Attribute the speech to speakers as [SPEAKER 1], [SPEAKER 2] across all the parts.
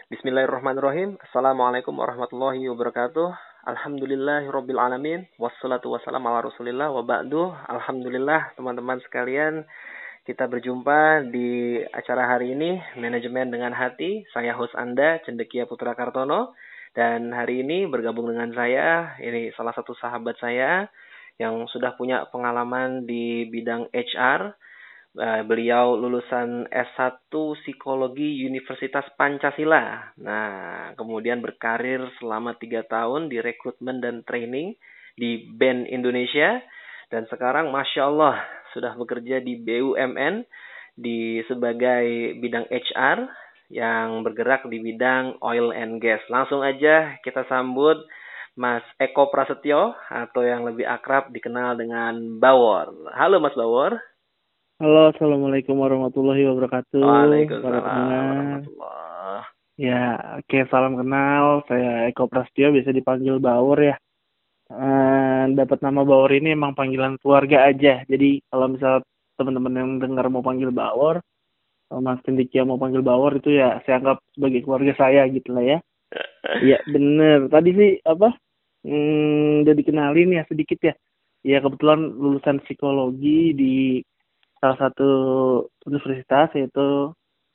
[SPEAKER 1] Bismillahirrahmanirrahim. Assalamualaikum warahmatullahi wabarakatuh. Alhamdulillahirabbil alamin. Wassalatu wassalamu ala Rasulillah wa ba'du. Alhamdulillah teman-teman sekalian, kita berjumpa di acara hari ini Manajemen dengan Hati. Saya host Anda Cendekia Putra Kartono, dan hari ini bergabung dengan saya ini salah satu sahabat saya yang sudah punya pengalaman di bidang HR. Beliau lulusan S1 Psikologi Universitas Pancasila. Nah, kemudian berkarir selama 3 tahun di rekrutmen dan training di BEN Indonesia. Dan sekarang Masya Allah sudah bekerja di BUMN sebagai bidang HR yang bergerak di bidang oil and gas. Langsung aja kita sambut Mas Eko Prasetyo, atau yang lebih akrab dikenal dengan Bawor. Halo Mas Bawor.
[SPEAKER 2] Halo, Assalamualaikum warahmatullahi wabarakatuh.
[SPEAKER 1] Waalaikumsalam
[SPEAKER 2] Para pendengar.
[SPEAKER 1] warahmatullah.
[SPEAKER 2] Ya, oke, salam kenal. Saya Eko Prasetyo, biasa dipanggil Bawor ya. Dapat nama Bawor ini emang panggilan keluarga aja. Jadi kalau misal teman-teman yang dengar mau panggil Bawor, Mas Cendikia mau panggil Bawor, itu ya saya anggap sebagai keluarga saya gitu lah ya. Iya, bener. Tadi sih udah dikenalin ya sedikit ya. Ya, kebetulan lulusan psikologi di salah satu universitas, yaitu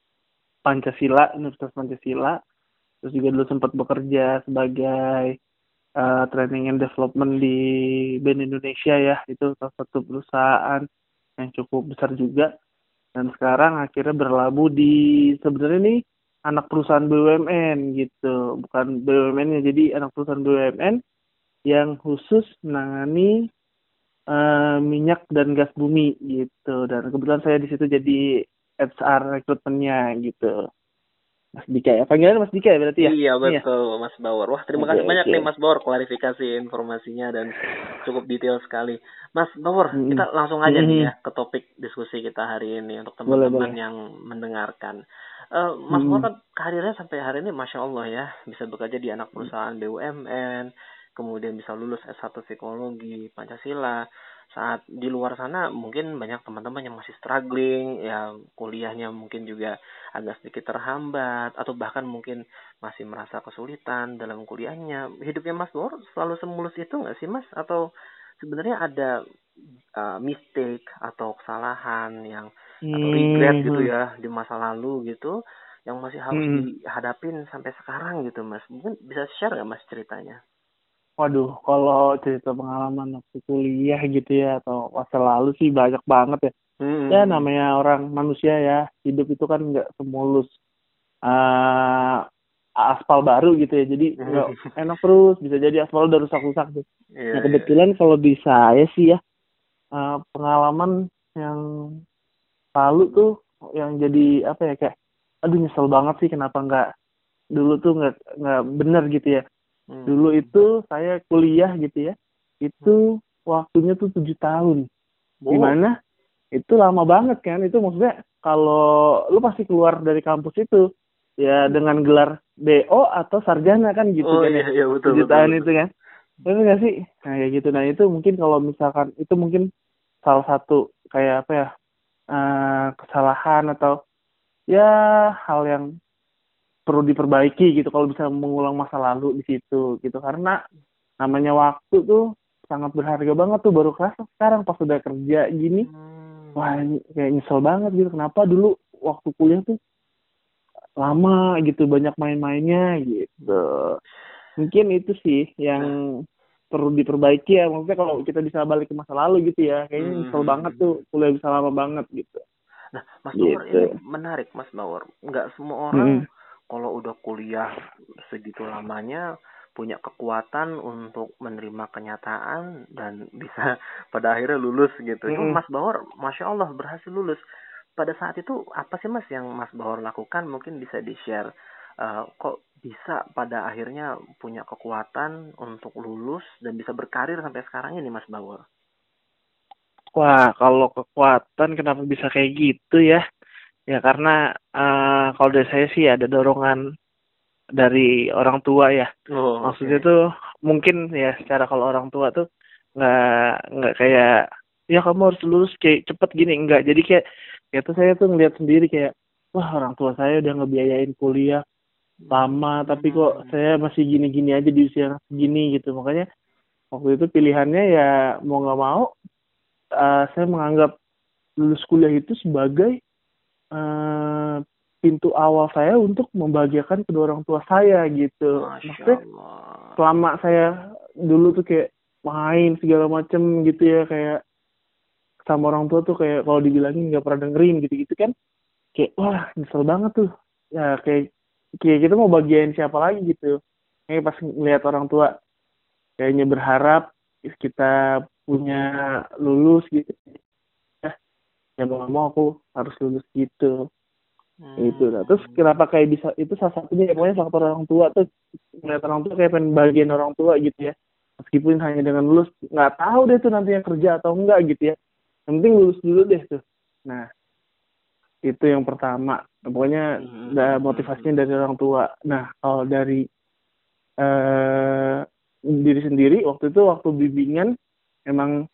[SPEAKER 2] Universitas Pancasila. Terus juga dulu sempat bekerja sebagai training and development di BEN Indonesia ya. Itu salah satu perusahaan yang cukup besar juga. Dan sekarang akhirnya berlabuh di, sebenarnya ini anak perusahaan BUMN gitu. Bukan BUMN-nya, jadi anak perusahaan BUMN yang khusus menangani minyak dan gas bumi gitu. Dan kebetulan saya di situ jadi HR rekrutmennya gitu. Mas Dika ya, panggilan Mas Dika ya berarti ya?
[SPEAKER 1] Iya
[SPEAKER 2] Iya.
[SPEAKER 1] betul Mas Bawor. Wah, terima
[SPEAKER 2] Oke,
[SPEAKER 1] kasih banyak
[SPEAKER 2] oke.
[SPEAKER 1] nih Mas Bawor, klarifikasi informasinya dan cukup detail sekali. Mas Bawor, kita langsung aja nih ya ke topik diskusi kita hari ini untuk
[SPEAKER 2] Boleh,
[SPEAKER 1] teman-teman
[SPEAKER 2] boleh.
[SPEAKER 1] yang mendengarkan. Mas Bawor kan karirnya sampai hari ini Masya Allah ya, bisa bekerja di anak perusahaan BUMN, kemudian bisa lulus S1 Psikologi Pancasila. Saat di luar sana mungkin banyak teman-teman yang masih struggling, ya kuliahnya mungkin juga agak sedikit terhambat, atau bahkan mungkin masih merasa kesulitan dalam kuliahnya. Hidupnya Mas Bor selalu semulus itu nggak sih Mas? Atau sebenarnya ada mistake atau kesalahan yang atau regret gitu ya di masa lalu gitu, yang masih harus dihadapin sampai sekarang gitu Mas? Mungkin bisa share nggak Mas ceritanya?
[SPEAKER 2] Waduh, kalau cerita pengalaman waktu kuliah gitu ya, atau masa lalu sih banyak banget ya. Ya namanya orang manusia ya, hidup itu kan nggak semulus aspal baru gitu ya. Jadi nggak enak terus, bisa jadi aspal udah rusak-rusak tuh. Nah kebetulan kalau di saya sih ya, pengalaman yang lalu tuh yang jadi apa ya, kayak aduh nyesel banget sih kenapa nggak dulu tuh nggak bener gitu ya. Dulu itu saya kuliah gitu ya, itu waktunya tuh 7 tahun, dimana itu lama banget kan. Itu maksudnya kalau lu pasti keluar dari kampus itu ya dengan gelar DO atau sarjana kan gitu kan ya.
[SPEAKER 1] Iya betul
[SPEAKER 2] 7 tahun
[SPEAKER 1] betul.
[SPEAKER 2] itu kan, bener nggak sih? Nah kayak gitu. Nah itu mungkin kalau misalkan itu mungkin salah satu kayak apa ya, kesalahan atau ya hal yang perlu diperbaiki gitu kalau bisa mengulang masa lalu di situ gitu. Karena namanya waktu tuh sangat berharga banget tuh, baru kerasa sekarang pas udah kerja gini. Wah kayak nyesel banget gitu, kenapa dulu waktu kuliah tuh lama gitu, banyak main-mainnya gitu. Mungkin itu sih yang perlu diperbaiki ya. Maksudnya kalau kita bisa balik ke masa lalu gitu ya, kayaknya nyesel banget tuh kuliah bisa lama banget gitu.
[SPEAKER 1] Nah, Mas Bawor
[SPEAKER 2] Gitu.
[SPEAKER 1] ini menarik Mas Bawor. Nggak semua orang kalau udah kuliah segitu lamanya punya kekuatan untuk menerima kenyataan dan bisa pada akhirnya lulus gitu. Cuma Mas Bawor, Masya Allah berhasil lulus. Pada saat itu apa sih Mas yang Mas Bawor lakukan? Mungkin bisa di-share. Kok bisa pada akhirnya punya kekuatan untuk lulus dan bisa berkarir sampai sekarang ini Mas Bawor?
[SPEAKER 2] Wah, kalau kekuatan kenapa bisa kayak gitu ya? Ya karena kalau dari saya sih ada dorongan dari orang tua ya. Maksudnya tuh mungkin ya secara kalau orang tua tuh nggak kayak ya kamu harus lulus kayak cepet gini, enggak. Jadi kayak tuh saya tuh ngeliat sendiri kayak wah orang tua saya udah ngebiayain kuliah lama, tapi kok saya masih gini-gini aja di usia segini gitu. Makanya waktu itu pilihannya ya mau nggak mau, saya menganggap lulus kuliah itu sebagai eh, pintu awal saya untuk membahagiakan kedua orang tua saya gitu.
[SPEAKER 1] Masya
[SPEAKER 2] Maksudnya
[SPEAKER 1] Allah.
[SPEAKER 2] selama saya dulu tuh kayak main segala macem gitu ya, kayak sama orang tua tuh kayak kalau dibilangin nggak pernah dengerin gitu-gitu kan, kayak wah nyesel banget tuh. Ya kayak kita mau bagian siapa lagi gitu. Kayak pas ngeliat orang tua kayaknya berharap kita punya lulus gitu ya, ya mau nggak mau aku harus lulus gitu. Itu lah. Terus
[SPEAKER 1] Hmm.
[SPEAKER 2] kenapa kayak bisa, itu salah satunya ya, pokoknya faktor orang tua tuh, ngeliat orang tua kayak pengen bagian orang tua gitu ya, meskipun hanya dengan lulus, nggak tahu deh tuh nantinya kerja atau enggak gitu ya, yang penting lulus dulu deh tuh. Nah itu yang pertama, pokoknya motivasinya dari orang tua. Nah kalau dari eh, diri sendiri, waktu itu waktu bimbingan emang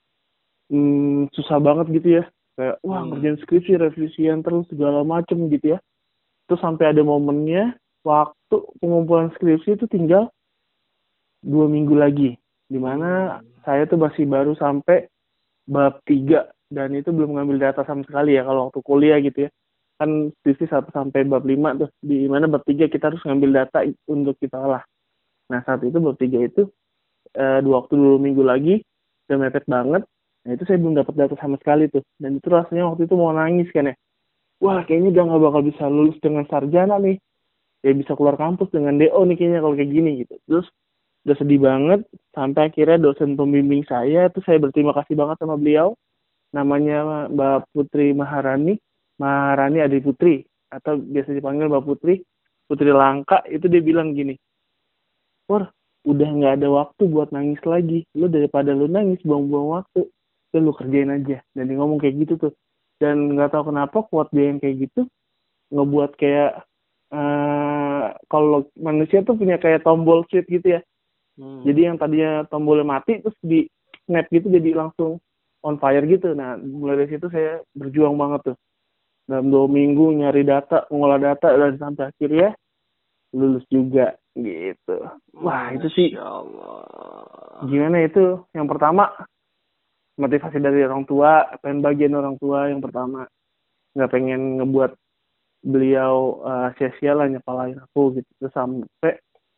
[SPEAKER 2] susah banget gitu ya, kayak wah ngerjain skripsi revisian terus segala macem gitu ya. Terus sampai ada momennya waktu pengumpulan skripsi itu tinggal 2 minggu lagi, dimana saya tuh masih baru sampai bab 3 dan itu belum ngambil data sama sekali ya kalau waktu kuliah gitu ya. Kan skripsi 1 sampai bab 5 tuh, di mana bab 3 kita harus ngambil data untuk kita olah. Nah saat itu bab 3 itu waktu 2 minggu lagi, udah mepet banget. Nah itu saya belum dapat data sama sekali tuh, dan itu rasanya waktu itu mau nangis kan ya. Wah kayaknya udah nggak bakal bisa lulus dengan sarjana nih, ya bisa keluar kampus dengan DO nih kayaknya kalau kayak gini gitu. Terus udah sedih banget, sampai akhirnya dosen pembimbing saya tuh, saya berterima kasih banget sama beliau, namanya Mbak Putri Maharani, Maharani Adi Putri, atau biasa dipanggil Mbak Putri, Putri Langka. Itu dia bilang gini, Wah, udah nggak ada waktu buat nangis lagi. Lu daripada lu nangis buang-buang waktu, lu kerjain aja. Dan dia ngomong kayak gitu tuh. Dan nggak tahu kenapa kuat dia yang kayak gitu ngebuat kayak kalau manusia tuh punya kayak tombol switch gitu ya. Jadi yang tadinya tombolnya mati terus di snap gitu jadi langsung on fire gitu. Nah mulai dari situ saya berjuang banget tuh. Dalam 2 minggu nyari data, mengolah data, dan sampai akhirnya lulus juga gitu. Wah itu sih
[SPEAKER 1] Masya Allah.
[SPEAKER 2] gimana, itu yang pertama motivasi dari orang tua, pengen bagian orang tua yang pertama, nggak pengen ngebuat beliau sia-sia lah nyepalain aku gitu. Terus sampai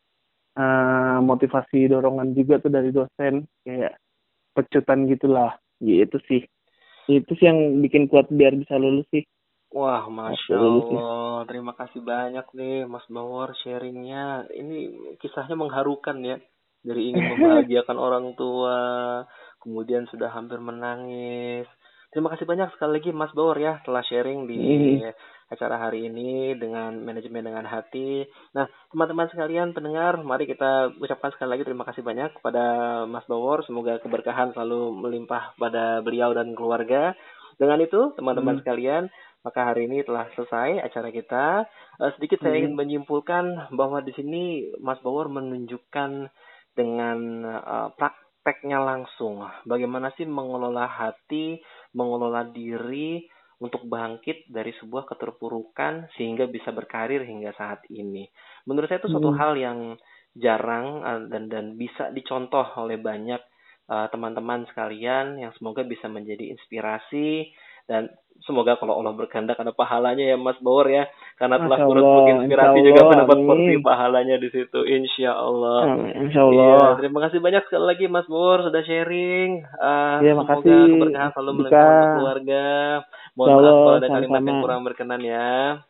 [SPEAKER 2] motivasi dorongan juga tuh dari dosen, kayak pecutan gitulah gitu sih. Itu sih yang bikin kuat biar bisa lulus sih
[SPEAKER 1] Wah,
[SPEAKER 2] waktu
[SPEAKER 1] Masya
[SPEAKER 2] lulusnya.
[SPEAKER 1] Allah. Terima kasih banyak nih Mas Bawor sharingnya. Ini kisahnya mengharukan ya. Dari ingin membahagiakan orang tua, kemudian sudah hampir menangis. Terima kasih banyak sekali lagi Mas Bawor ya telah sharing di acara hari ini dengan manajemen dengan hati. Nah, teman-teman sekalian pendengar, mari kita ucapkan sekali lagi terima kasih banyak kepada Mas Bawor. Semoga keberkahan selalu melimpah pada beliau dan keluarga. Dengan itu, teman-teman sekalian, maka hari ini telah selesai acara kita. Sedikit saya ingin menyimpulkan bahwa di sini Mas Bawor menunjukkan dengan prakteknya langsung bagaimana sih mengelola hati, mengelola diri untuk bangkit dari sebuah keterpurukan sehingga bisa berkarir hingga saat ini. Menurut saya itu suatu hal yang jarang dan bisa dicontoh oleh banyak teman-teman sekalian yang semoga bisa menjadi inspirasi, dan semoga kalau Allah berkehendak ada pahalanya ya Mas Bawor ya, karena telah
[SPEAKER 2] Masya
[SPEAKER 1] turut
[SPEAKER 2] Allah, insya
[SPEAKER 1] menginspirasi juga
[SPEAKER 2] Allah,
[SPEAKER 1] mendapat porsi
[SPEAKER 2] amin.
[SPEAKER 1] pahalanya di situ, insya Allah.
[SPEAKER 2] Insya
[SPEAKER 1] Iya,
[SPEAKER 2] Allah.
[SPEAKER 1] terima kasih banyak sekali lagi Mas Bawor sudah sharing.
[SPEAKER 2] Ya makasih
[SPEAKER 1] Semoga keberkahan selalu
[SPEAKER 2] Dika.
[SPEAKER 1] melimpah untuk keluarga. Mohon
[SPEAKER 2] Insya
[SPEAKER 1] maaf
[SPEAKER 2] Allah,
[SPEAKER 1] kalau ada kalimat
[SPEAKER 2] sama-sama.
[SPEAKER 1] yang kurang berkenan ya.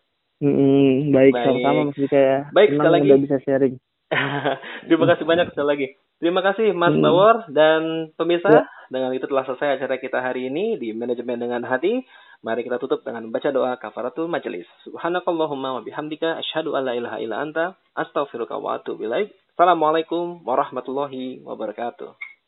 [SPEAKER 2] Baik, sama-sama
[SPEAKER 1] Baik,
[SPEAKER 2] Mas Dika ya.
[SPEAKER 1] baik sekali
[SPEAKER 2] Senang
[SPEAKER 1] lagi.
[SPEAKER 2] udah bisa sharing.
[SPEAKER 1] Terima kasih banyak sekali lagi. Terima kasih Mas
[SPEAKER 2] Mm,
[SPEAKER 1] Bawor dan pemirsa.
[SPEAKER 2] Ya,
[SPEAKER 1] Dengan itu telah selesai acara kita hari ini di Manajemen dengan Hati. Mari kita tutup dengan baca doa kafaratul majelis. Subhanakallahumma wa bihamdika asyhadu an la ilaha illa anta astaghfiruka wa atubu ilaik. Assalamualaikum warahmatullahi wabarakatuh.